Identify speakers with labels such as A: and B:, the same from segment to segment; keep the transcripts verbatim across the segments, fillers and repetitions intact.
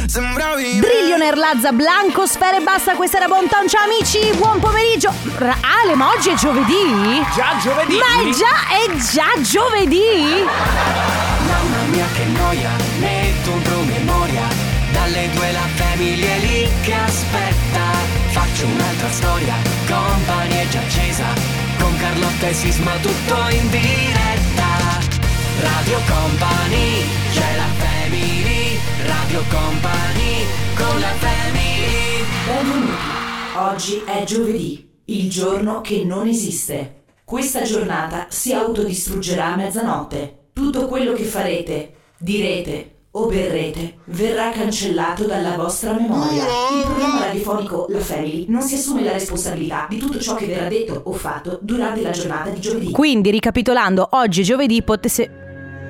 A: sembravi
B: Drillionaire, Lazza Blanco, Sfere Basta, questa era Bonton. Ciao amici, buon pomeriggio. Ra- Ale, ma oggi è giovedì?
C: Già giovedì?
B: Ma è già, è già giovedì?
A: Mamma mia che noia, metto un promemoria. Dalle due la famiglia è lì che aspetta. Faccio un'altra storia, Company è già accesa. Con Carlotta e Sisma tutto in diretta. Radio Company, c'è la family. Radio Company, con la family.
D: Benvenuti. Oggi è giovedì, il giorno che non esiste. Questa giornata si autodistruggerà a mezzanotte. Tutto quello che farete, direte o berrete verrà cancellato dalla vostra memoria. Il programma radiofonico La Family non si assume la responsabilità di tutto ciò che verrà detto o fatto durante la giornata di giovedì.
B: Quindi, ricapitolando, oggi è giovedì, potete...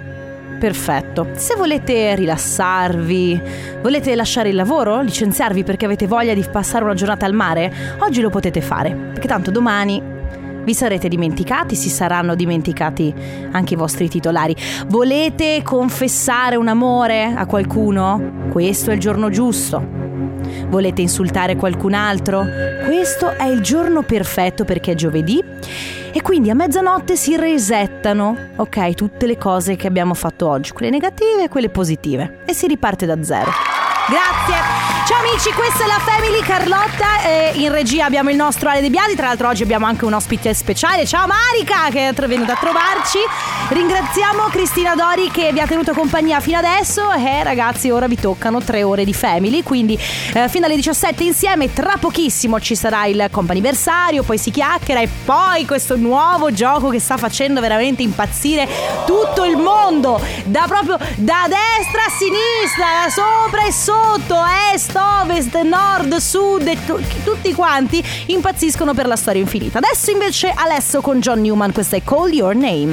B: Perfetto. Se volete rilassarvi, volete lasciare il lavoro, licenziarvi perché avete voglia di passare una giornata al mare, oggi lo potete fare, perché tanto domani vi sarete dimenticati, si saranno dimenticati anche i vostri titolari. Volete confessare un amore a qualcuno? Questo è il giorno giusto. Volete insultare qualcun altro? Questo è il giorno perfetto perché è giovedì e quindi a mezzanotte si resettano, ok, tutte le cose che abbiamo fatto oggi, quelle negative e quelle positive, e si riparte da zero. Grazie. Ciao amici, questa è la Family, Carlotta, e in regia abbiamo il nostro Ale De Biasi. Tra l'altro oggi abbiamo anche un ospite speciale. Ciao Marica, che è venuta a trovarci. Ringraziamo Cristina Dori che vi ha tenuto compagnia fino adesso. E ragazzi, ora vi toccano tre ore di Family, quindi eh, fino alle diciassette insieme. Tra pochissimo ci sarà il comp'anniversario, poi si chiacchiera e poi questo nuovo gioco che sta facendo veramente impazzire tutto il mondo, da proprio da destra a sinistra, da sopra e sotto, est, ovest, nord, sud, e tu- tutti quanti impazziscono per la storia infinita. Adesso invece Alesso con John Newman, questa è Call Your Name.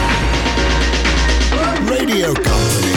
E: Radio Company.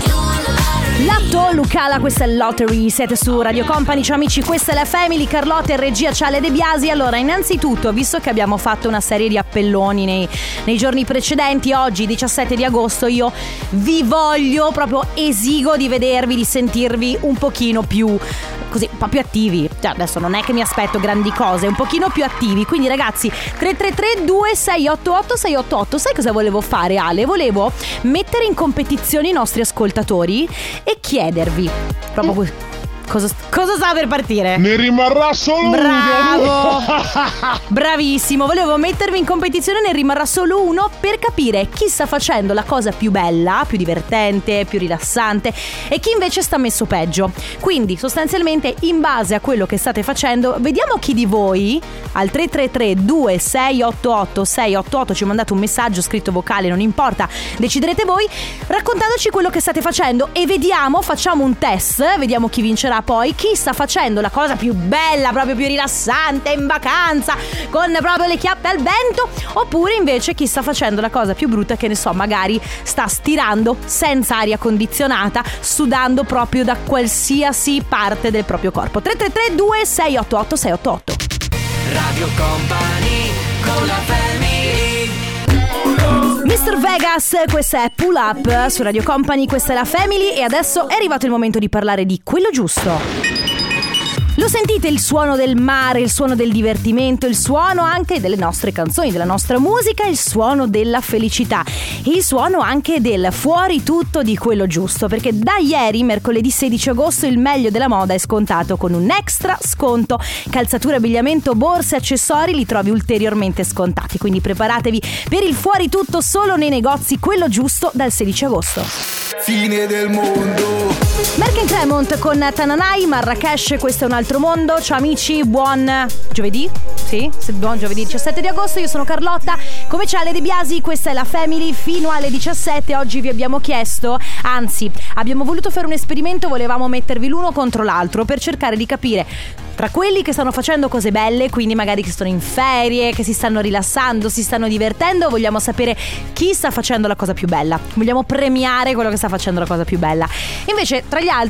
B: Latto, Lucala, questa è Lottery, siete su Radio Company. Ciao amici, questa è la Family, Carlotta e regia Ciale De Biasi. Allora, innanzitutto, visto che abbiamo fatto una serie di appelloni nei, nei giorni precedenti, oggi diciassette di agosto io vi voglio, proprio esigo di vedervi, di sentirvi un pochino più così, un po' più attivi. Cioè, adesso non è che mi aspetto grandi cose, un pochino più attivi. Quindi ragazzi, tre tre tre due sei otto otto sei otto otto. Sai cosa volevo fare, Ale? Volevo mettere in competizione i nostri ascoltatori e chiedervi proprio que- cosa, cosa sta per partire.
F: Ne rimarrà solo
B: Bravo.
F: uno.
B: Bravissimo. Volevo mettervi in competizione, ne rimarrà solo uno, per capire chi sta facendo la cosa più bella, più divertente, più rilassante e chi invece sta messo peggio. Quindi sostanzialmente, in base a quello che state facendo, vediamo chi di voi al tre tre tre due sei otto otto sei otto otto ci mandate un messaggio scritto, vocale, non importa, deciderete voi, raccontandoci quello che state facendo e vediamo, facciamo un test, vediamo chi vincerà poi, chi sta facendo la cosa più bella, proprio più rilassante, in vacanza, con proprio le chiappe al vento, oppure invece chi sta facendo la cosa più brutta, che ne so, magari sta stirando senza aria condizionata, sudando proprio da qualsiasi parte del proprio corpo. tre tre tre due sei otto otto sei otto otto.
A: Radio Company, con la family.
B: mister Vegas, questa è Pull Up su Radio Company, questa è la Family e adesso è arrivato il momento di parlare di quello giusto. Lo sentite il suono del mare, il suono del divertimento, il suono anche delle nostre canzoni, della nostra musica, il suono della felicità, il suono anche del fuori tutto di quello giusto, perché da ieri, mercoledì sedici agosto, il meglio della moda è scontato con un extra sconto. Calzature, abbigliamento, borse, accessori li trovi ulteriormente scontati, quindi preparatevi per il fuori tutto solo nei negozi quello giusto dal sedici agosto.
E: Fine del mondo.
B: Merck and Cremont con Tananai, Marrakesh, questo è un altro mondo. Ciao amici, buon giovedì. Sì, buon giovedì diciassette di agosto. Io sono Carlotta, come c'è Ale De Biasi, questa è la Family fino alle diciassette. Oggi vi abbiamo chiesto, anzi abbiamo voluto fare un esperimento, volevamo mettervi l'uno contro l'altro per cercare di capire tra quelli che stanno facendo cose belle, quindi magari che sono in ferie, che si stanno rilassando, si stanno divertendo, vogliamo sapere chi sta facendo la cosa più bella, vogliamo premiare quello che sta facendo la cosa più bella. Invece tra gli altri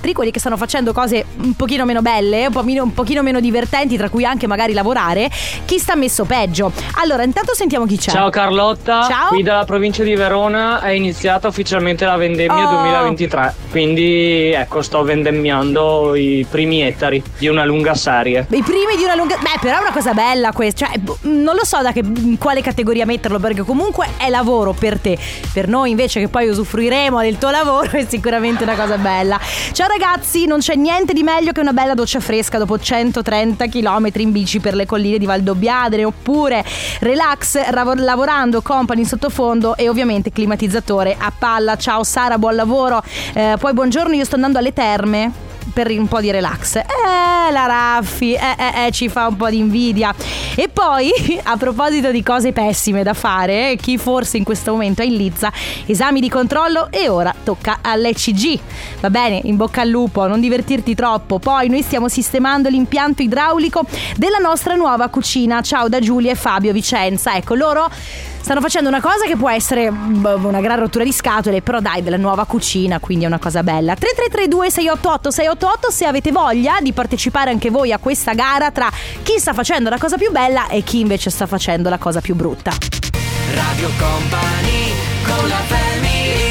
B: altri, quelli che stanno facendo cose un pochino meno belle, un pochino, un pochino meno divertenti, tra cui anche magari lavorare, chi sta messo peggio. Allora, intanto sentiamo chi c'è.
C: Ciao Carlotta,
B: Ciao.
C: Qui dalla provincia di Verona è iniziata ufficialmente la vendemmia
B: Oh.
C: duemilaventitré, quindi ecco, sto vendemmiando i primi ettari di una lunga serie.
B: I primi di una lunga... Beh, però è una cosa bella questa. Cioè, non lo so da che, in quale categoria metterlo, perché comunque è lavoro per te. Per noi invece che poi usufruiremo del tuo lavoro è sicuramente una cosa bella. Ciao ragazzi, non c'è niente di meglio che una bella doccia fresca dopo centotrenta chilometri in bici per le colline di Valdobbiadene, oppure relax rav- lavorando, company in sottofondo e ovviamente climatizzatore a palla. Ciao Sara, buon lavoro. Eh, poi buongiorno, io sto andando alle terme per un po' di relax. Eh, la Raffi, eh, eh, eh, ci fa un po' di invidia. E poi, a proposito di cose pessime da fare, chi forse in questo momento è in lizza, esami di controllo e ora tocca all'E C G. Va bene, in bocca al lupo, non divertirti troppo. Poi noi stiamo sistemando l'impianto idraulico della nostra nuova cucina. Ciao da Giulia e Fabio Vicenza. Ecco, loro stanno facendo una cosa che può essere una gran rottura di scatole, però dai, della nuova cucina, quindi è una cosa bella. Tre tre tre due sei otto otto sei otto otto se avete voglia di partecipare anche voi a questa gara tra chi sta facendo la cosa più bella e chi invece sta facendo la cosa più brutta.
A: Radio Company con la family.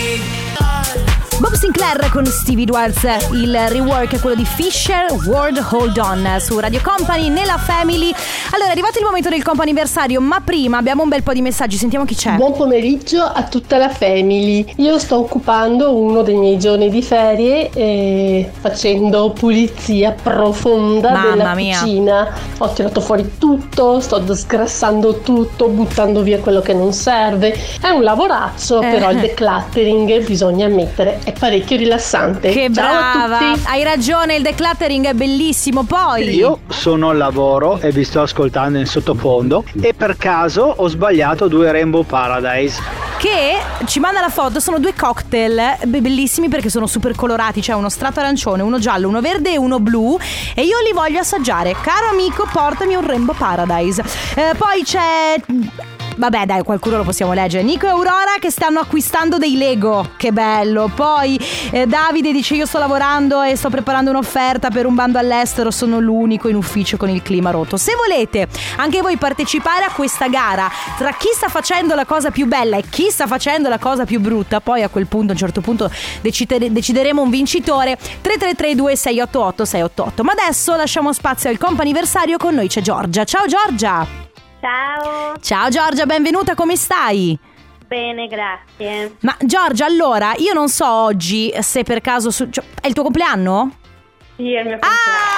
B: Bob Sinclair con Stevie Wonder, il rework è quello di Fisher, World Hold On, su Radio Company nella Family. Allora è arrivato il momento del comp'anniversario, ma prima abbiamo un bel po' di messaggi, sentiamo chi c'è.
F: Buon pomeriggio a tutta la Family. Io sto occupando uno dei miei giorni di ferie eh, facendo pulizia profonda
B: Mamma
F: della
B: mia.
F: cucina. Ho tirato fuori tutto, sto sgrassando tutto, buttando via quello che non serve. È un lavoraccio,
B: Eh.
F: però il decluttering, bisogna ammettere, è parecchio rilassante.
B: Che
F: Ciao
B: brava,
F: a tutti.
B: hai ragione, il decluttering è bellissimo. Poi
G: Io sono al lavoro e vi sto ascoltando in sottofondo e per caso ho sbagliato due Rainbow Paradise.
B: che ci manda la foto, sono due cocktail be- bellissimi perché sono super colorati, c'è uno strato arancione, uno giallo, uno verde e uno blu, e io li voglio assaggiare. Caro amico, portami un Rainbow Paradise. Eh, poi c'è... Vabbè dai, qualcuno lo possiamo leggere. Nico e Aurora che stanno acquistando dei Lego. Che bello. Poi eh, Davide dice: io sto lavorando e sto preparando un'offerta per un bando all'estero. Sono l'unico in ufficio con il clima rotto. Se volete anche voi partecipare a questa gara tra chi sta facendo la cosa più bella e chi sta facendo la cosa più brutta, poi a quel punto, a un certo punto decide- decideremo un vincitore. Tre tre tre due sei otto otto sei otto otto. Ma adesso lasciamo spazio al comp'anniversario. Con noi c'è Giorgia. Ciao Giorgia.
H: Ciao.
B: Ciao Giorgia, benvenuta, come stai?
H: Bene, grazie.
B: Ma Giorgia, allora, io non so oggi se per caso su- cioè, è il tuo compleanno?
H: Sì, è il mio
B: Ah,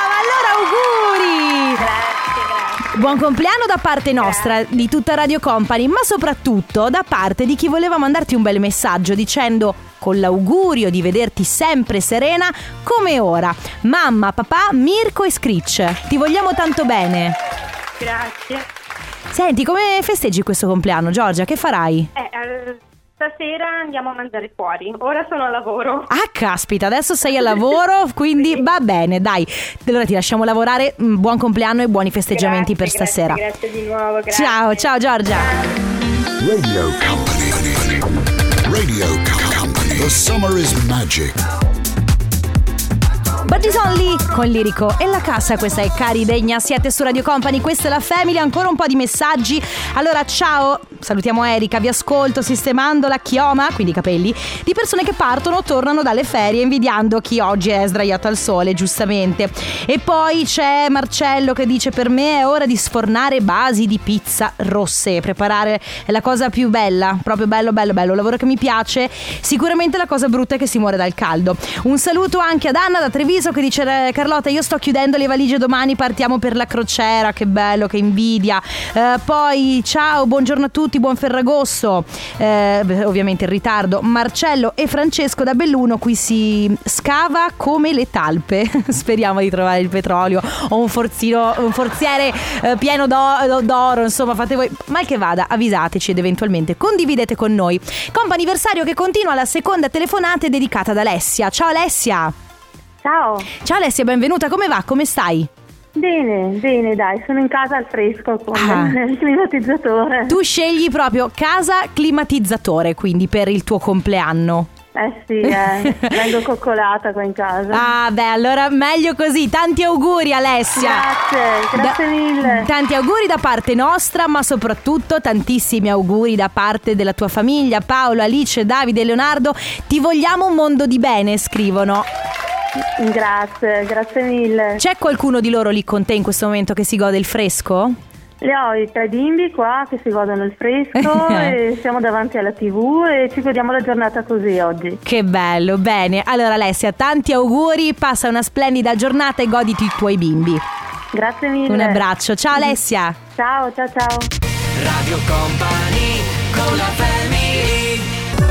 H: compleanno.
B: allora auguri!
H: Grazie, grazie.
B: Buon compleanno da parte nostra, di tutta Radio Company, ma soprattutto da parte di chi voleva mandarti un bel messaggio dicendo: con l'augurio di vederti sempre serena come ora. Mamma, papà, Mirko e Screech, ti vogliamo tanto bene.
H: Grazie.
B: Senti, come festeggi questo compleanno, Giorgia? Che farai?
H: Eh, eh, stasera andiamo a mangiare fuori. Ora sono a lavoro.
B: Ah, caspita, adesso sei al lavoro, quindi
H: Sì.
B: va bene, dai. Allora ti lasciamo lavorare. Buon compleanno e buoni festeggiamenti
H: Grazie,
B: per stasera.
H: Grazie, grazie di nuovo. Grazie.
B: Ciao, ciao Giorgia.
E: Radio Company. Radio Company. The summer is magic.
B: Buddies Only con Lirico e la cassa, questa è Cari Degna, siete su Radio Company, questa è la Family, ancora un po' di messaggi. Allora ciao, salutiamo Erika, vi ascolto sistemando la chioma, quindi i capelli, di persone che partono o tornano dalle ferie invidiando chi oggi è sdraiato al sole, giustamente. E poi c'è Marcello che dice: per me è ora di sfornare basi di pizza rosse, preparare è la cosa più bella, proprio bello bello bello, un lavoro che mi piace. Sicuramente la cosa brutta è che si muore dal caldo. Un saluto anche ad Anna da Treviso che dice: Carlotta, io sto chiudendo le valigie, domani partiamo per la crociera, che bello, che invidia. Eh, poi ciao, buongiorno a tutti, buon Ferragosto. Eh, ovviamente in ritardo. Marcello e Francesco da Belluno, qui si scava come le talpe. Speriamo di trovare il petrolio o un forzino, un forziere eh, pieno d'o- d'oro, insomma fate voi, mal che vada avvisateci ed eventualmente condividete con noi. Comp'anniversario che continua, la seconda telefonata è dedicata ad Alessia. Ciao Alessia.
H: Ciao.
B: Ciao Alessia, benvenuta, come va? Come stai?
H: Bene, bene, dai, sono in casa al fresco con
B: Ah.
H: il climatizzatore.
B: Tu scegli proprio casa climatizzatore, quindi per il tuo compleanno.
H: Eh sì, eh. Vengo coccolata qua in casa.
B: Ah beh, allora meglio così. Tanti auguri Alessia.
H: Grazie, grazie
B: Da-
H: mille.
B: Tanti auguri da parte nostra, ma soprattutto tantissimi auguri da parte della tua famiglia, Paolo, Alice, Davide e Leonardo. Ti vogliamo un mondo di bene, scrivono.
H: Grazie, grazie mille.
B: C'è qualcuno di loro lì con te in questo momento che si gode il fresco?
H: Le ho i tre bimbi qua che si godono il fresco e siamo davanti alla tivù e ci godiamo la giornata così oggi.
B: Che bello, bene. Allora Alessia, tanti auguri, passa una splendida giornata e goditi i tuoi bimbi.
H: Grazie mille.
B: Un abbraccio, ciao Alessia.
H: Ciao, ciao, ciao.
A: Radio Company con la family.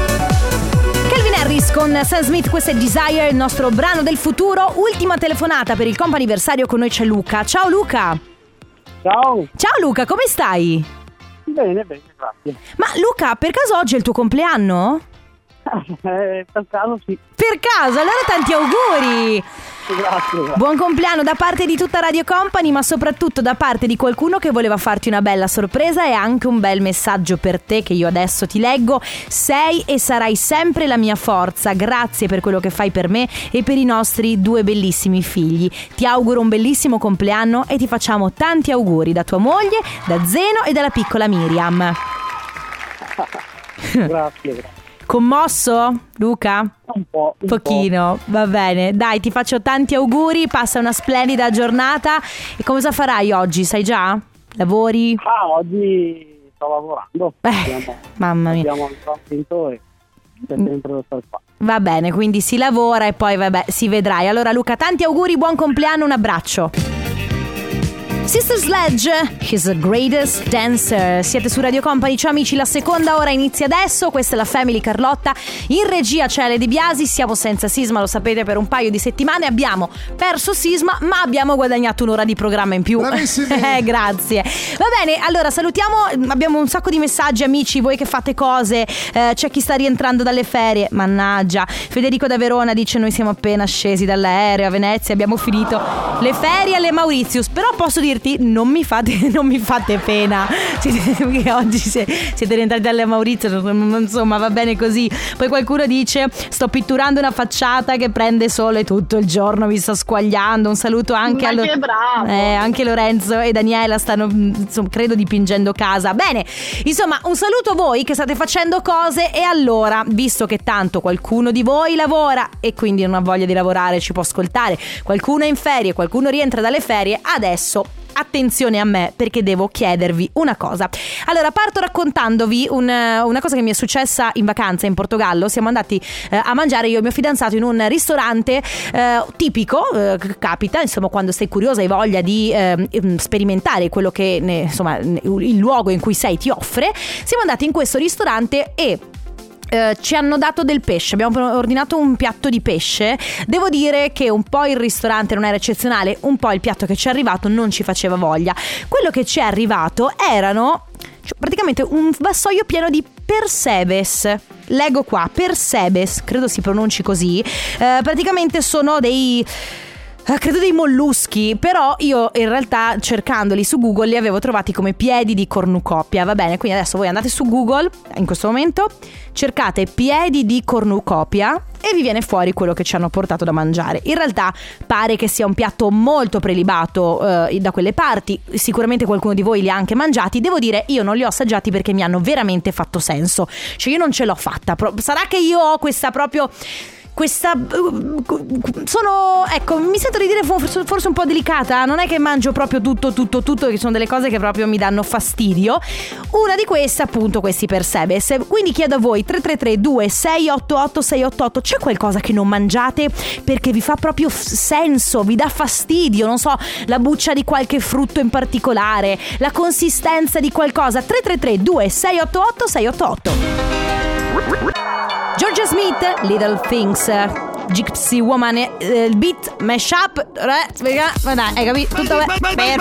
B: Calvin Harris con Sam Smith, questo è Desire, il nostro brano del futuro. Ultima telefonata per il comp'anniversario, con noi c'è Luca. Ciao Luca.
I: Ciao.
B: Ciao Luca, come stai?
I: Bene, bene, grazie.
B: Ma Luca, per caso oggi è il tuo compleanno?
I: Eh, per caso sì.
B: Per caso, allora tanti auguri.
I: Grazie, grazie.
B: Buon compleanno da parte di tutta Radio Company, ma soprattutto da parte di qualcuno che voleva farti una bella sorpresa e anche un bel messaggio per te che io adesso ti leggo. Sei e sarai sempre la mia forza. Grazie per quello che fai per me e per i nostri due bellissimi figli. Ti auguro un bellissimo compleanno e ti facciamo tanti auguri da tua moglie, da Zeno e dalla piccola Miriam.
I: Grazie, grazie.
B: Commosso, Luca?
I: Un po'. Un
B: Pochino,
I: po'.
B: va bene. Dai, ti faccio tanti auguri, passa una splendida giornata. E cosa farai oggi? Sai già? Lavori?
I: Ah, oggi sto lavorando.
B: Eh,
I: abbiamo,
B: mamma mia.
I: Abbiamo ancora finito e c'è sempre da star qua.
B: Va bene, quindi si lavora e poi vabbè, si vedrai. Allora Luca, tanti auguri, buon compleanno, un abbraccio. Sister Sledge, He's the Greatest Dancer. Siete su Radio Company, ciao amici, la seconda ora inizia adesso. Questa è la Family Carlotta. In regia c'è Ale De Biasi. Siamo senza Sisma, lo sapete, per un paio di settimane. Abbiamo perso Sisma, ma abbiamo guadagnato un'ora di programma in più. eh, Grazie. Va bene, allora salutiamo. Abbiamo un sacco di messaggi, amici, voi che fate cose. eh, C'è chi sta rientrando dalle ferie. Mannaggia. Federico da Verona dice: noi siamo appena scesi dall'aereo a Venezia, abbiamo finito le ferie alle Mauritius. Però posso dire, non mi fate, non mi fate pena, perché oggi siete rientrati alle Maurizio, insomma va bene così. Poi qualcuno dice: sto pitturando una facciata che prende sole tutto il giorno, mi sto squagliando. Un saluto anche
F: Ma
B: a Lo-
F: che bravo.
B: eh, anche Lorenzo e Daniela stanno, insomma, credo dipingendo casa. Bene, insomma un saluto a voi che state facendo cose. E allora, visto che tanto qualcuno di voi lavora e quindi non ha voglia di lavorare, ci può ascoltare, qualcuno è in ferie, qualcuno rientra dalle ferie, adesso attenzione a me, perché devo chiedervi una cosa. Allora parto raccontandovi un, una cosa che mi è successa in vacanza in Portogallo. Siamo andati eh, a mangiare io e il mio fidanzato in un ristorante eh, tipico, eh, capita insomma quando sei curiosa e hai voglia di eh, sperimentare quello che ne, insomma il luogo in cui sei ti offre. Siamo andati in questo ristorante e Uh, ci hanno dato del pesce, abbiamo ordinato un piatto di pesce. Devo dire che un po' il ristorante non era eccezionale, un po' il piatto che ci è arrivato non ci faceva voglia. Quello che ci è arrivato erano cioè, praticamente un vassoio pieno di persebes. Leggo qua, persebes, credo si pronunci così. uh, Praticamente sono dei... credo dei molluschi, però io in realtà cercandoli su Google li avevo trovati come piedi di cornucopia. Va bene, quindi adesso voi andate su Google in questo momento, cercate piedi di cornucopia e vi viene fuori quello che ci hanno portato da mangiare. In realtà pare che sia un piatto molto prelibato eh, da quelle parti. Sicuramente qualcuno di voi li ha anche mangiati. Devo dire, io non li ho assaggiati perché mi hanno veramente fatto senso. Cioè io non ce l'ho fatta. Sarà che io ho questa proprio... Questa sono, ecco, mi sento di dire forse, forse un po' delicata. Non è che mangio proprio tutto, tutto, tutto, che sono delle cose che proprio mi danno fastidio. Una di queste appunto questi persebes. Quindi chiedo a voi tre tre tre due sei otto otto sei otto otto: c'è qualcosa che non mangiate perché vi fa proprio senso, vi dà fastidio? Non so, la buccia di qualche frutto in particolare, la consistenza di qualcosa. Tre tre tre due sei otto otto sei otto otto. Georgia Smith, Little Things. Gypsy Woman, eh, il beat mashup, eh, dai, hai capito? Tutto be-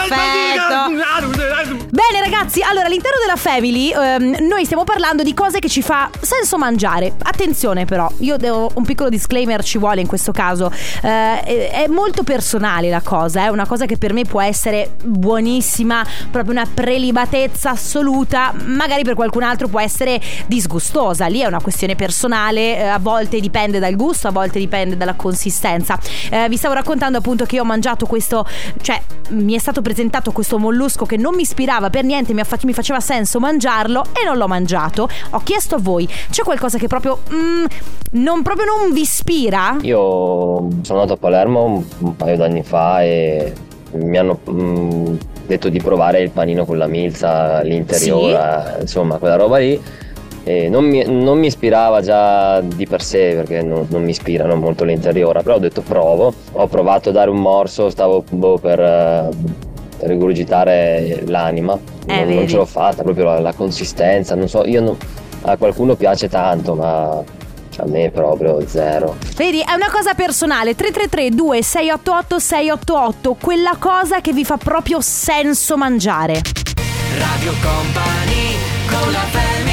B: perfetto. Bene ragazzi, allora all'interno della Family ehm, noi stiamo parlando di cose che ci fa senso mangiare. Attenzione però, io devo un piccolo disclaimer, ci vuole in questo caso. eh, è, è molto personale la cosa, è una cosa che per me può essere buonissima, proprio una prelibatezza assoluta, magari per qualcun altro può essere disgustosa. Lì è una questione personale, eh, a volte dipende dal gusto, a volte dipende dalla consistenza. eh, Vi stavo raccontando appunto che io ho mangiato questo, cioè mi è stato presentato questo mollusco che non mi ispirava per niente, mi, affa- mi faceva senso mangiarlo e non l'ho mangiato. Ho chiesto a voi, c'è qualcosa che proprio mm, non, proprio non vi ispira?
J: Io sono andato a Palermo un, un paio d'anni fa e mi hanno mm, detto di provare il panino con la milza, l'interiora, sì? Insomma quella roba lì. E non, mi, non mi ispirava già di per sé, perché non, non mi ispirano molto l'interiora, però ho detto provo. Ho provato a dare un morso, stavo boh, per, per rigurgitare l'anima,
B: eh,
J: non, non ce l'ho fatta, proprio la, la consistenza, non so, io non, a qualcuno piace tanto, ma a me proprio zero.
B: Vedi, è una cosa personale. Tre tre tre due sei otto otto sei otto otto, quella cosa che vi fa proprio senso mangiare.
A: Radio Company con la Family.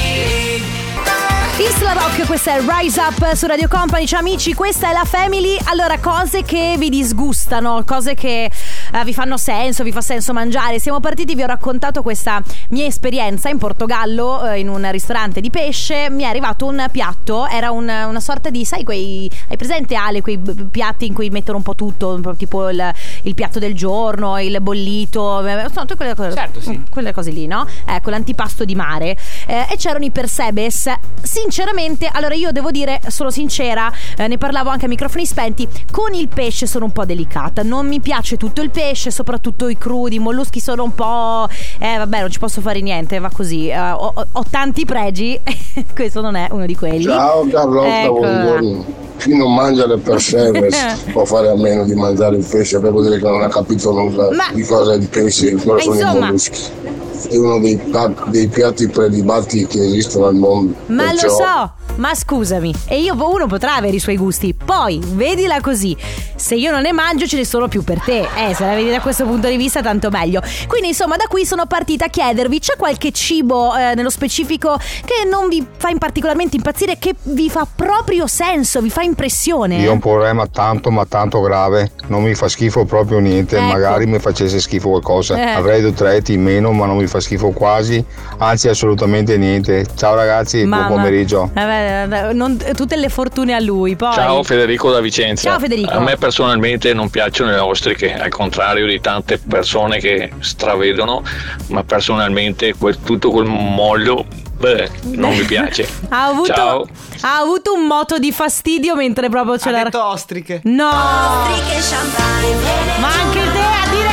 B: Isla Rock, questa è Rise Up su Radio Company. Ciao amici, questa è la Family. Allora, cose che vi disgustano, cose che eh, vi fanno senso, vi fa senso mangiare. Siamo partiti, vi ho raccontato questa mia esperienza in Portogallo, eh, in un ristorante di pesce. Mi è arrivato un piatto, era un, una sorta di, sai, quei, hai presente Ale, quei piatti in cui mettono un po' tutto, un po' tipo il, il piatto del giorno, il bollito, no, tutte quelle cose, certo, sì. Quelle cose lì, no? Ecco, l'antipasto di mare. Eh, e c'erano i persebes. Sinceramente, allora io devo dire, sono sincera, eh, ne parlavo anche a microfoni spenti, con il pesce sono un po' delicata, non mi piace tutto il pesce, soprattutto i crudi, i molluschi sono un po', eh vabbè, non ci posso fare niente, va così, eh, ho, ho tanti pregi, questo non è uno di quelli.
K: Ciao Carlotta, ecco. Buongiorno. Chi non mangia le persebes può fare a meno di mangiare il pesce, per dire che non ha capito nulla Ma... di cosa è il pesce, cosa sono i molluschi. È uno dei, dei piatti prelibati che esistono al mondo.
B: Ma
K: perciò...
B: lo so, ma scusami, e io uno potrà avere i suoi gusti, poi vedila così, se io non ne mangio ce ne sono più per te, eh, se la vedi da questo punto di vista tanto meglio. Quindi insomma da qui sono partita a chiedervi, c'è qualche cibo eh, nello specifico che non vi fa in particolarmente impazzire, che vi fa proprio senso, vi fa impressione?
L: Io ho un problema tanto ma tanto grave, non mi fa schifo proprio niente, ecco. Magari mi facesse schifo qualcosa, eh. avrei due tre etti in meno, ma non mi fa schifo quasi, anzi assolutamente niente. Ciao ragazzi, Mamma. buon pomeriggio.
B: Vabbè, non, tutte le fortune a lui. Poi.
M: Ciao Federico da Vicenza.
B: Ciao Federico.
M: A me personalmente non piacciono le ostriche, al contrario di tante persone che stravedono, ma personalmente quel, tutto quel moglio beh, non mi piace.
B: Ha avuto,
M: Ciao.
B: ha avuto un moto di fastidio mentre proprio ce l'ha.
N: Ha detto ostriche.
B: No.
A: Ostriche champagne.
B: Ma anche te a dire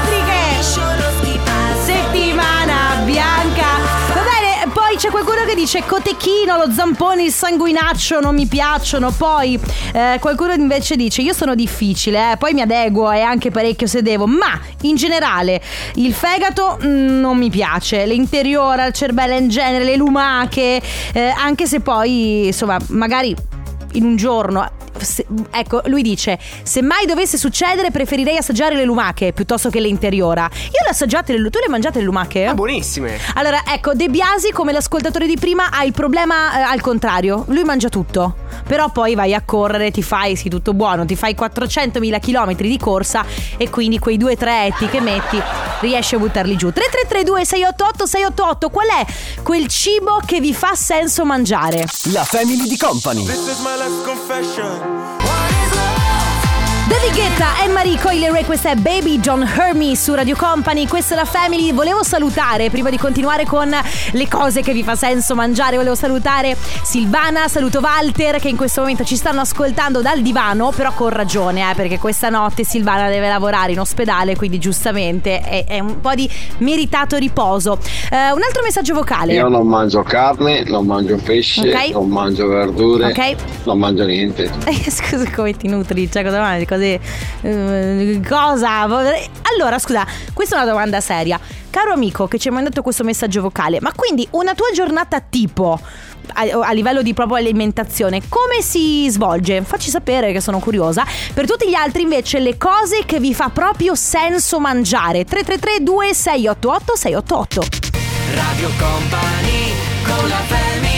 B: ostriche. Settimana bianca. Va bene, poi c'è qualcuno che dice cotechino, lo zampone, il sanguinaccio non mi piacciono. Poi eh, qualcuno invece dice io sono difficile, eh, poi mi adeguo e anche parecchio se devo, ma in generale il fegato mh, non mi piace, l'interiora, il cervello in genere, le lumache, eh, anche se poi insomma magari in un giorno se, ecco, lui dice se mai dovesse succedere preferirei assaggiare le lumache piuttosto che l'interiora. Io le assaggiate, le, tu le mangiate le lumache?
N: Ah, buonissime.
B: Allora ecco, De Biasi come l'ascoltatore di prima ha il problema eh, al contrario, lui mangia tutto, però poi vai a correre, ti fai sì tutto buono, ti fai quattrocentomila chilometri di corsa e quindi quei due tre etti che metti riesci a buttarli giù. Tre tre tre due sei otto otto sei otto otto, qual è quel cibo che vi fa senso mangiare?
A: La Family di Company.
B: David Guetta e Marie Coyle, questa è Baby Don't Hurt Me su Radio Company, questa è la Family. Volevo salutare, prima di continuare con le cose che vi fa senso mangiare, volevo salutare Silvana, saluto Walter che in questo momento ci stanno ascoltando dal divano, però con ragione, eh, perché questa notte Silvana deve lavorare in ospedale, quindi giustamente è, è un po' di meritato riposo. Uh, un altro messaggio vocale.
K: Io non mangio carne, non mangio pesce,
B: okay.
K: non mangio verdure,
B: okay.
K: non mangio niente.
B: Eh, scusa, come ti nutri? Cioè, cosa mangi? Cose, uh, cosa? Allora, scusa, questa è una domanda seria. Caro amico che ci ha mandato questo messaggio vocale, ma quindi una tua giornata tipo a, a livello di proprio alimentazione, come si svolge? Facci sapere che sono curiosa. Per tutti gli altri invece le cose che vi fa proprio senso mangiare. Tre tre tre due sei otto otto sei otto otto.
A: Radio Company con la family.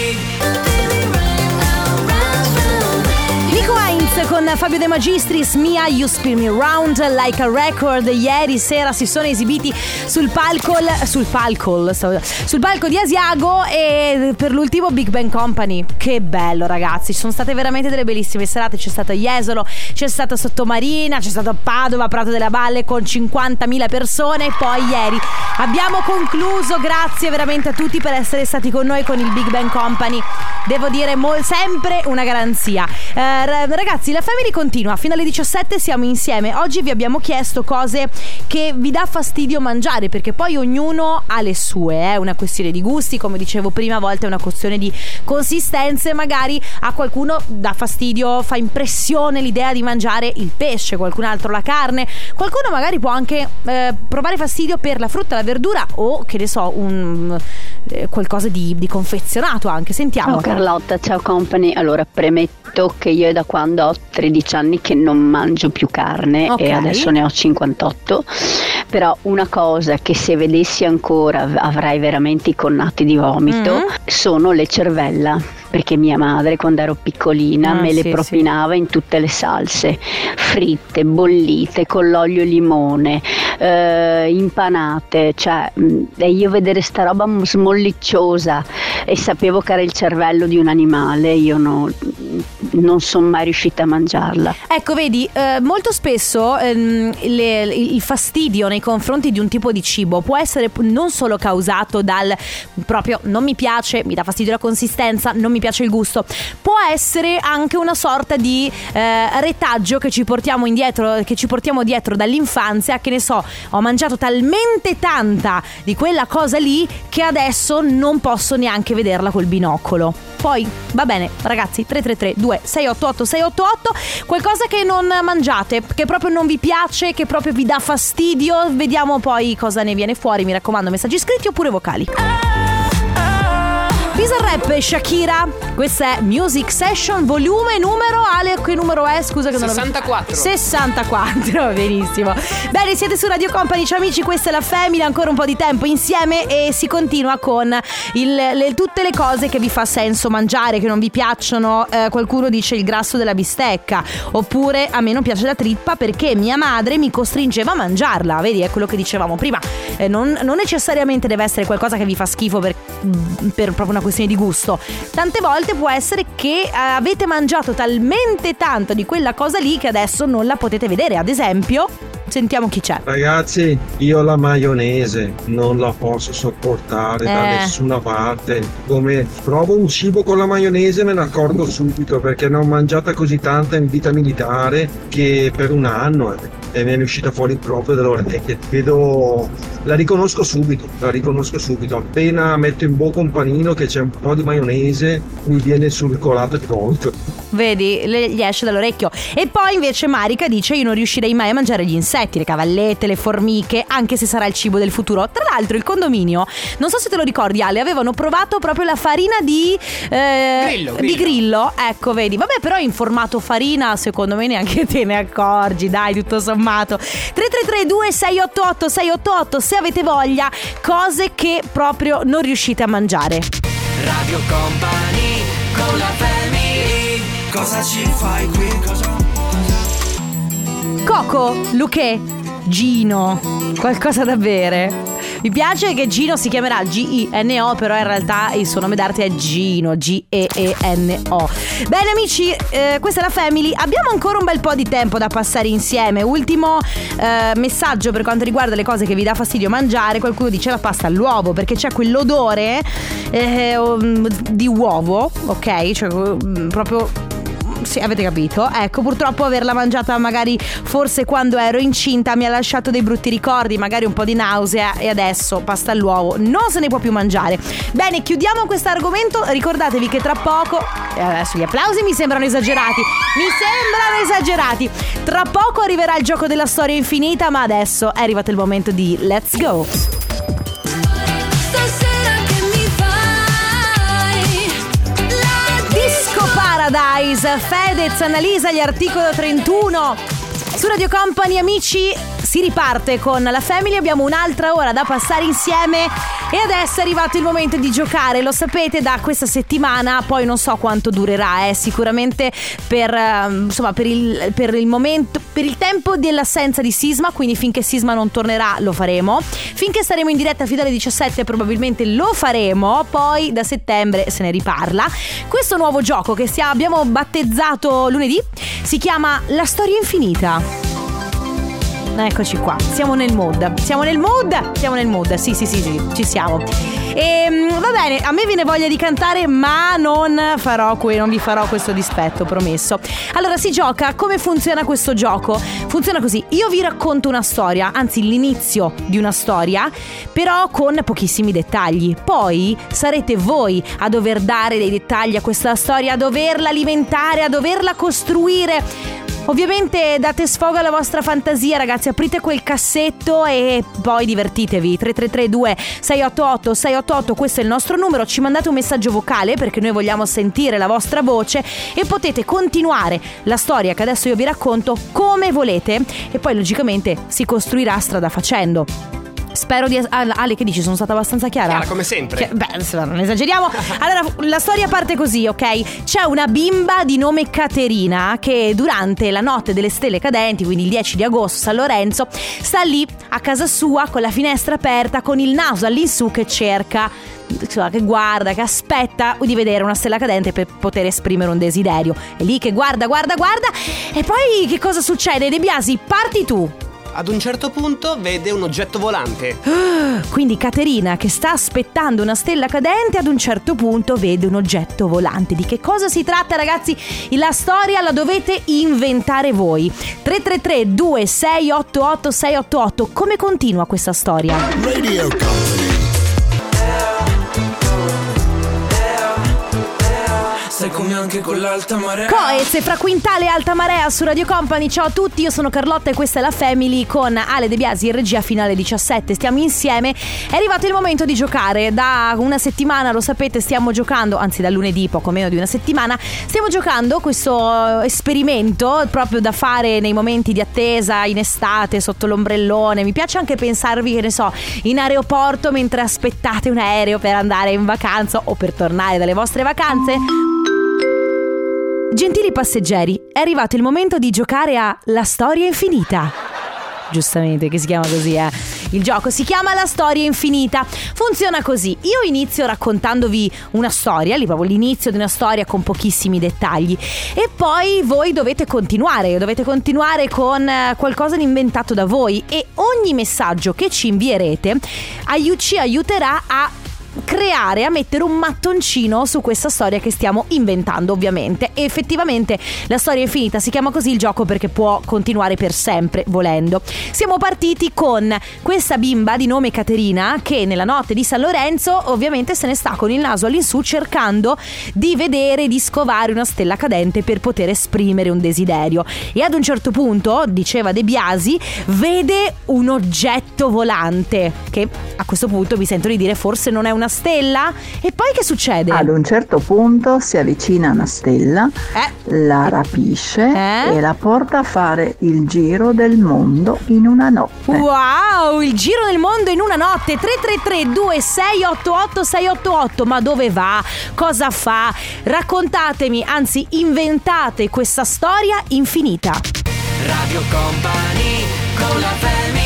B: Nico Heinz con Fabio De Magistris, Mia You Spin Me Round Like a Record. Ieri sera si sono esibiti sul palco sul palco sul palco di Asiago, e per l'ultimo Big Bang Company. Che bello, ragazzi, ci sono state veramente delle bellissime serate. C'è stato Jesolo, c'è stato Sottomarina, c'è stato Padova, Prato della Valle con cinquantamila persone. E poi ieri abbiamo concluso. Grazie veramente a tutti per essere stati con noi con il Big Bang Company. Devo dire mo- sempre una garanzia. eh, Ragazzi, la Family continua fino alle diciassette, siamo insieme. Oggi vi abbiamo chiesto cose che vi dà fastidio mangiare, perché poi ognuno ha le sue, è eh? una questione di gusti, come dicevo prima, a volte è una questione di consistenze. Magari a qualcuno dà fastidio, fa impressione l'idea di mangiare il pesce, qualcun altro la carne, qualcuno magari può anche eh, provare fastidio per la frutta, la verdura, o che ne so, un eh, qualcosa di, di confezionato anche. Sentiamo.
N: Ciao Carlotta, ciao Company. Allora, premetto che io è da quando ho tredici anni che non mangio più carne, okay, e adesso ne ho cinquantotto. Però una cosa che se vedessi ancora avrei veramente i connati di vomito, mm. sono le cervella, perché mia madre quando ero piccolina ah, me le sì, propinava sì. in tutte le salse, fritte, bollite, con l'olio e limone, eh, impanate, cioè, e io vedere sta roba smollicciosa e sapevo che era il cervello di un animale, io no, non sono mai riuscita a mangiarla.
B: Ecco, vedi, eh, molto spesso ehm, le, il fastidio nei confronti di un tipo di cibo può essere non solo causato dal proprio non mi piace, mi dà fastidio la consistenza, non mi piace il gusto, può essere anche una sorta di eh, retaggio che ci portiamo indietro, che ci portiamo dietro dall'infanzia. Che ne so, ho mangiato talmente tanta di quella cosa lì che adesso non posso neanche vederla col binocolo. Poi va bene, ragazzi, tre tre tre due sei otto otto sei otto otto. Qualcosa che non mangiate, che proprio non vi piace, che proprio vi dà fastidio. Vediamo poi cosa ne viene fuori. Mi raccomando, messaggi scritti oppure vocali. Bizarrap e Shakira, questa è Music Session, volume numero, Ale, che numero è? Scusa che non
O: sessantaquattro.
B: Lo... sessantaquattro, benissimo. Bene, siete su Radio Company, ciao amici, questa è la Family, ancora un po' di tempo insieme e si continua con il, le, tutte le cose che vi fa senso mangiare, che non vi piacciono. Eh, qualcuno dice il grasso della bistecca, oppure a me non piace la trippa perché mia madre mi costringeva a mangiarla. Vedi, è quello che dicevamo prima, eh, non, non necessariamente deve essere qualcosa che vi fa schifo per, per proprio una questione di gusto. Tante volte può essere che eh, avete mangiato talmente tanto di quella cosa lì che adesso non la potete vedere. Ad esempio, sentiamo chi c'è.
P: Ragazzi, io la maionese non la posso sopportare eh. da nessuna parte. Come provo un cibo con la maionese me ne accorgo subito, perché ne ho mangiata così tanta in vita militare che per un anno eh, e mi è uscita fuori proprio dalle orecchie. Vedo, la riconosco subito, la riconosco subito. Appena metto in bocca un panino che c'è un po' di maionese, mi viene sul colato di volto.
B: Vedi, le, gli esce dall'orecchio. E poi invece Marica dice: io non riuscirei mai a mangiare gli insetti, le cavallette, le formiche, anche se sarà il cibo del futuro. Tra l'altro il condominio, non so se te lo ricordi Ale, avevano provato proprio la farina di eh,
O: grillo, grillo.
B: di grillo. Ecco, vedi, vabbè, però in formato farina secondo me neanche te ne accorgi, dai, tutto sommato. Tre tre tre due sei otto otto sei otto otto se avete voglia, cose che proprio non riuscite a mangiare.
A: Radio Company con la family. Cosa ci fai qui? Cosa?
B: Coco, Luque, Gino, qualcosa da bere. Mi piace che Gino si chiamerà G I N O, però in realtà il suo nome d'arte è Gino, G E E N O. Bene amici, eh, questa è la Family. Abbiamo ancora un bel po' di tempo da passare insieme. Ultimo eh, messaggio per quanto riguarda le cose che vi dà fastidio mangiare. Qualcuno dice la pasta all'uovo, perché c'è quell'odore eh, di uovo, ok? Cioè proprio... Sì, avete capito? Ecco, purtroppo averla mangiata magari forse quando ero incinta mi ha lasciato dei brutti ricordi, magari un po' di nausea, e adesso pasta all'uovo non se ne può più mangiare. Bene, chiudiamo questo argomento. Ricordatevi che tra poco, e adesso gli applausi mi sembrano esagerati, mi sembrano esagerati, tra poco arriverà il gioco della storia infinita, ma adesso è arrivato il momento di Let's Go. Paradise, Fedez, Annalisa, gli Articolo trentuno. Su Radio Company, amici, si riparte con la Family. Abbiamo un'altra ora da passare insieme e adesso è arrivato il momento di giocare. Lo sapete, da questa settimana, poi non so quanto durerà, eh, sicuramente per eh, insomma per il, per il momento, per il tempo dell'assenza di Sisma, quindi finché Sisma non tornerà lo faremo, finché saremo in diretta fino alle diciassette probabilmente lo faremo, poi da settembre se ne riparla. Questo nuovo gioco che stiamo, abbiamo battezzato lunedì si chiama La Storia Infinita. Eccoci qua, siamo nel mood, siamo nel mood, siamo nel mood, sì sì sì sì, ci siamo. E va bene, a me viene voglia di cantare, ma non farò que- non vi farò questo dispetto, promesso. Allora, si gioca, come funziona questo gioco? Funziona così: io vi racconto una storia, anzi l'inizio di una storia, però con pochissimi dettagli. Poi sarete voi a dover dare dei dettagli a questa storia, a doverla alimentare, a doverla costruire. Ovviamente date sfogo alla vostra fantasia, ragazzi, aprite quel cassetto e poi divertitevi. Tre tre tre due sei otto otto sei otto otto, questo è il nostro numero. Ci mandate un messaggio vocale perché noi vogliamo sentire la vostra voce e potete continuare la storia che adesso io vi racconto come volete e poi logicamente si costruirà strada facendo. Spero di... Ale, che dici? Sono stata abbastanza chiara?
O: Chiara come sempre.
B: Beh, non esageriamo. Allora, la storia parte così, ok? C'è una bimba di nome Caterina che durante la notte delle stelle cadenti, quindi il dieci di agosto, San Lorenzo, sta lì a casa sua con la finestra aperta, con il naso all'insù che cerca, che guarda, che aspetta di vedere una stella cadente per poter esprimere un desiderio. È lì che guarda, guarda, guarda. E poi che cosa succede? De Biasi, parti tu.
O: Ad un certo punto vede un oggetto volante.
B: Quindi Caterina, che sta aspettando una stella cadente, ad un certo punto vede un oggetto volante. Di che cosa si tratta, ragazzi? La storia la dovete inventare voi. Tre tre tre due sei otto otto sei otto otto. Come continua questa storia?
E: Radio Company.
A: Sai come anche con l'alta marea.
B: Coez, fra Quintale e Alta Marea su Radio Company. Ciao a tutti, io sono Carlotta e questa è la Family con Ale De Biasi in regia finale diciassette. Stiamo insieme. È arrivato il momento di giocare. Da una settimana, lo sapete, stiamo giocando, anzi da lunedì, poco meno di una settimana, stiamo giocando questo esperimento proprio da fare nei momenti di attesa, in estate, sotto l'ombrellone. Mi piace anche pensarvi, che ne so, in aeroporto mentre aspettate un aereo per andare in vacanza o per tornare dalle vostre vacanze. Gentili passeggeri, è arrivato il momento di giocare a La Storia Infinita. Giustamente, che si chiama così, eh. Il gioco si chiama La Storia Infinita. Funziona così: io inizio raccontandovi una storia, lì proprio l'inizio di una storia con pochissimi dettagli, e poi voi dovete continuare, dovete continuare con qualcosa di inventato da voi, e ogni messaggio che ci invierete aiut- ci aiuterà a creare, a mettere un mattoncino su questa storia che stiamo inventando, ovviamente. E effettivamente La Storia Infinita si chiama così il gioco perché può continuare per sempre volendo. Siamo partiti con questa bimba di nome Caterina che nella notte di San Lorenzo ovviamente se ne sta con il naso all'insù cercando di vedere, di scovare una stella cadente per poter esprimere un desiderio, e ad un certo punto, diceva De Biasi, vede un oggetto volante che a questo punto mi sento di dire forse non è una stella. E poi che succede?
Q: Ad un certo punto si avvicina a una stella,
B: eh?
Q: la rapisce
B: eh?
Q: e la porta a fare il giro del mondo in una notte.
B: Wow, il giro del mondo in una notte. Tre tre tre due sei otto otto sei otto otto. Ma dove va? Cosa fa? Raccontatemi, anzi inventate questa storia infinita.
A: Radio Company con la Family.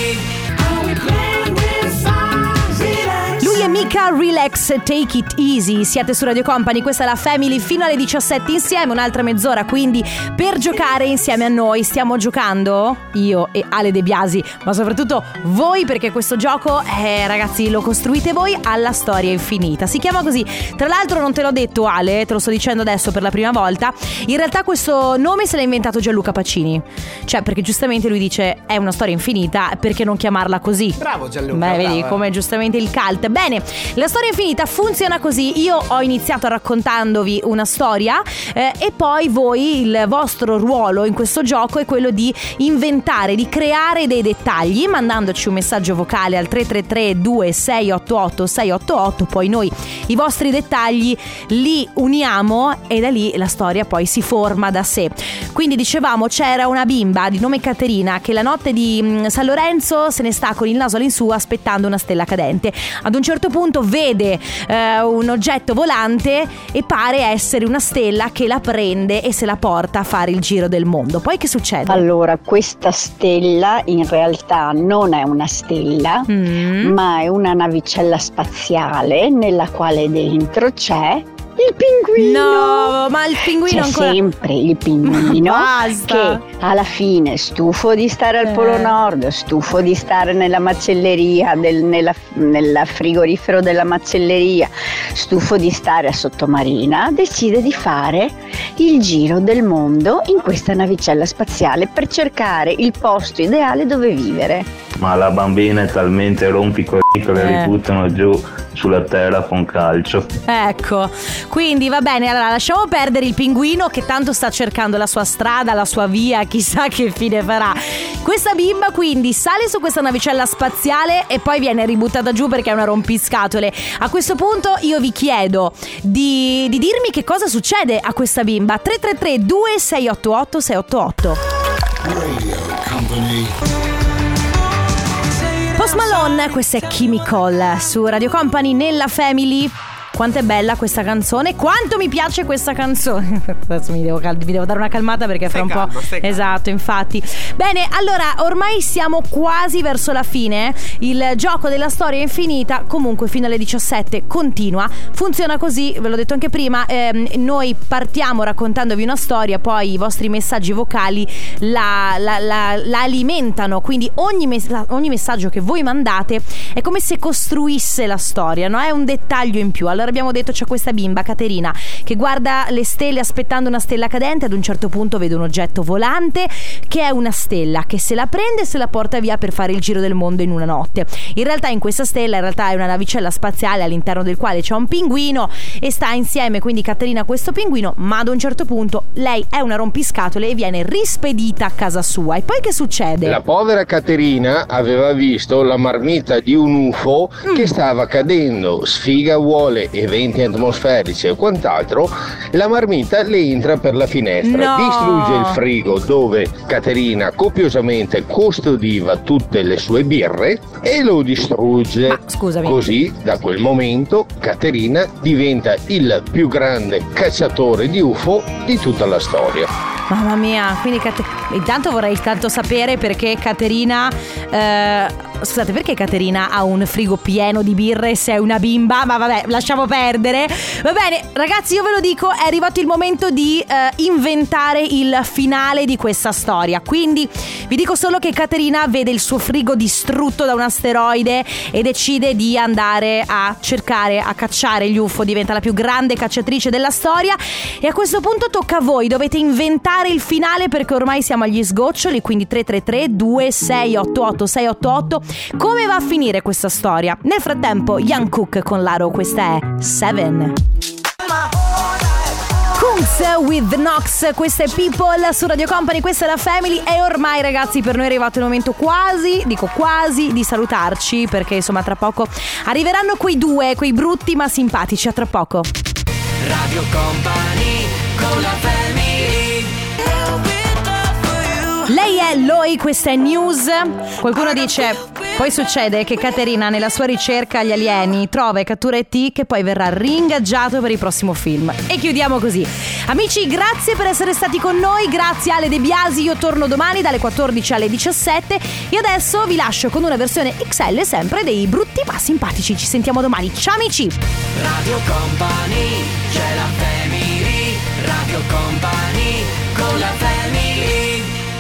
B: Lui è Mika, Relax, Take It Easy. Siete su Radio Company, questa è la Family fino alle diciassette insieme, un'altra mezz'ora quindi per giocare insieme a noi. Stiamo giocando io e Ale De Biasi, ma soprattutto voi, perché questo gioco, eh, ragazzi, lo costruite voi, alla Storia Infinita. Si chiama così. Tra l'altro non te l'ho detto, Ale, te lo sto dicendo adesso per la prima volta. In realtà questo nome se l'ha inventato Gianluca Pacini. Cioè, perché giustamente lui dice è una storia infinita, perché non chiamarla così?
O: Bravo Gianluca.
B: Beh, vedi
O: bravo.
B: come giustamente il cult. Bene, la Storia infinita funziona così: io ho iniziato raccontandovi una storia eh, e poi voi, il vostro ruolo in questo gioco è quello di inventare, di creare dei dettagli mandandoci un messaggio vocale al tre tre tre due sei otto otto sei otto otto. Poi noi i vostri dettagli li uniamo e da lì la storia poi si forma da sé. Quindi dicevamo, c'era una bimba di nome Caterina che la notte di San Lorenzo se ne sta con il naso all'insù aspettando una stella cadente. Ad un certo punto vede eh, un oggetto volante e pare essere una stella che la prende e se la porta a fare il giro del mondo. Poi che succede?
N: Allora, questa stella in realtà non è una stella, mm. ma è una navicella spaziale nella quale dentro c'è il pinguino.
B: No, ma il pinguino
N: c'è
B: ancora...
N: sempre il pinguino
B: Basta.
N: che alla fine, stufo di stare al
B: Eh.
N: Polo Nord, stufo di stare nella macelleria, del, nella, nella frigorifero della macelleria, stufo di stare a sottomarina, decide di fare il giro del mondo in questa navicella spaziale per cercare il posto ideale dove vivere.
R: Ma la bambina è talmente rompicoglioni che le
B: Eh.
R: ributtano giù sulla terra con calcio.
B: Ecco, quindi va bene, allora lasciamo perdere il pinguino che tanto sta cercando la sua strada, la sua via, chissà che fine farà. Questa bimba quindi sale su questa navicella spaziale e poi viene ributtata giù perché è una rompiscatole. A questo punto io vi chiedo di, di dirmi che cosa succede a questa bimba. Tre tre tre due sei otto otto sei otto otto.
E: Radio Company.
B: Post Malone, questa è Chemical su Radio Company nella Family. Quanto è bella questa canzone, quanto mi piace questa canzone. Adesso mi devo, cal- mi devo dare una calmata perché fra un
O: Stai
B: po'.
O: calmo, stai calmo.
B: Esatto, infatti. Bene, allora ormai siamo quasi verso la fine. Il gioco della storia è infinita. Comunque fino alle diciassette continua. Funziona così, ve l'ho detto anche prima. ehm, Noi partiamo raccontandovi una storia, poi i vostri messaggi vocali la, la, la, la alimentano. Quindi ogni, messa- ogni messaggio che voi mandate è come se costruisse la storia, no? È un dettaglio in più. Allora abbiamo detto c'è questa bimba Caterina che guarda le stelle aspettando una stella cadente. Ad un certo punto vede un oggetto volante che è una stella che se la prende e se la porta via per fare il giro del mondo in una notte. In realtà in questa stella in realtà è una navicella spaziale all'interno del quale c'è un pinguino e sta insieme quindi Caterina a questo pinguino, ma ad un certo punto lei è una rompiscatole e viene rispedita a casa sua. E poi che succede?
S: La povera Caterina aveva visto la marmita di un U F O
B: Mm.
S: che stava cadendo, sfiga vuole eventi atmosferici e quant'altro. La marmita le entra per la finestra,
B: No.
S: distrugge il frigo dove Caterina copiosamente custodiva tutte le sue birre e lo distrugge.
B: Ma, scusami.
S: Così da quel momento Caterina diventa il più grande cacciatore di U F O di tutta la storia.
B: Mamma mia, quindi Cate- intanto vorrei tanto sapere perché Caterina eh, scusate, perché Caterina ha un frigo pieno di birre se è una bimba? Ma vabbè, lasciamo perdere. Va bene, ragazzi, io ve lo dico, è arrivato il momento di eh, inventare il finale di questa storia. Quindi vi dico solo che Caterina vede il suo frigo distrutto da un asteroide e decide di andare a cercare, a cacciare gli U F O. Diventa la più grande cacciatrice della storia e a questo punto tocca a voi. Dovete inventare il finale perché ormai siamo agli sgoccioli. Quindi tre tre tre due sei otto otto sei otto otto. Come va a finire questa storia? Nel frattempo Young Cook con Laro, questa è Seven. Kungs with Nox, questa è People su Radio Company, questa è la Family. E ormai ragazzi per noi è arrivato il momento quasi, dico quasi, di salutarci perché insomma tra poco arriveranno quei due, quei brutti ma simpatici. A tra poco.
A: Radio Company con la Family.
B: Lei è Loi, questa è News. Qualcuno dice, poi succede che Caterina nella sua ricerca agli alieni trova e cattura E T che poi verrà ringaggiato per il prossimo film. E chiudiamo così. Amici, grazie per essere stati con noi. Grazie Ale De Biasi. Io torno domani dalle quattordici alle diciassette. E adesso vi lascio con una versione X L sempre dei brutti ma simpatici. Ci sentiamo domani. Ciao amici.
A: Radio Company, c'è la Family. Radio Company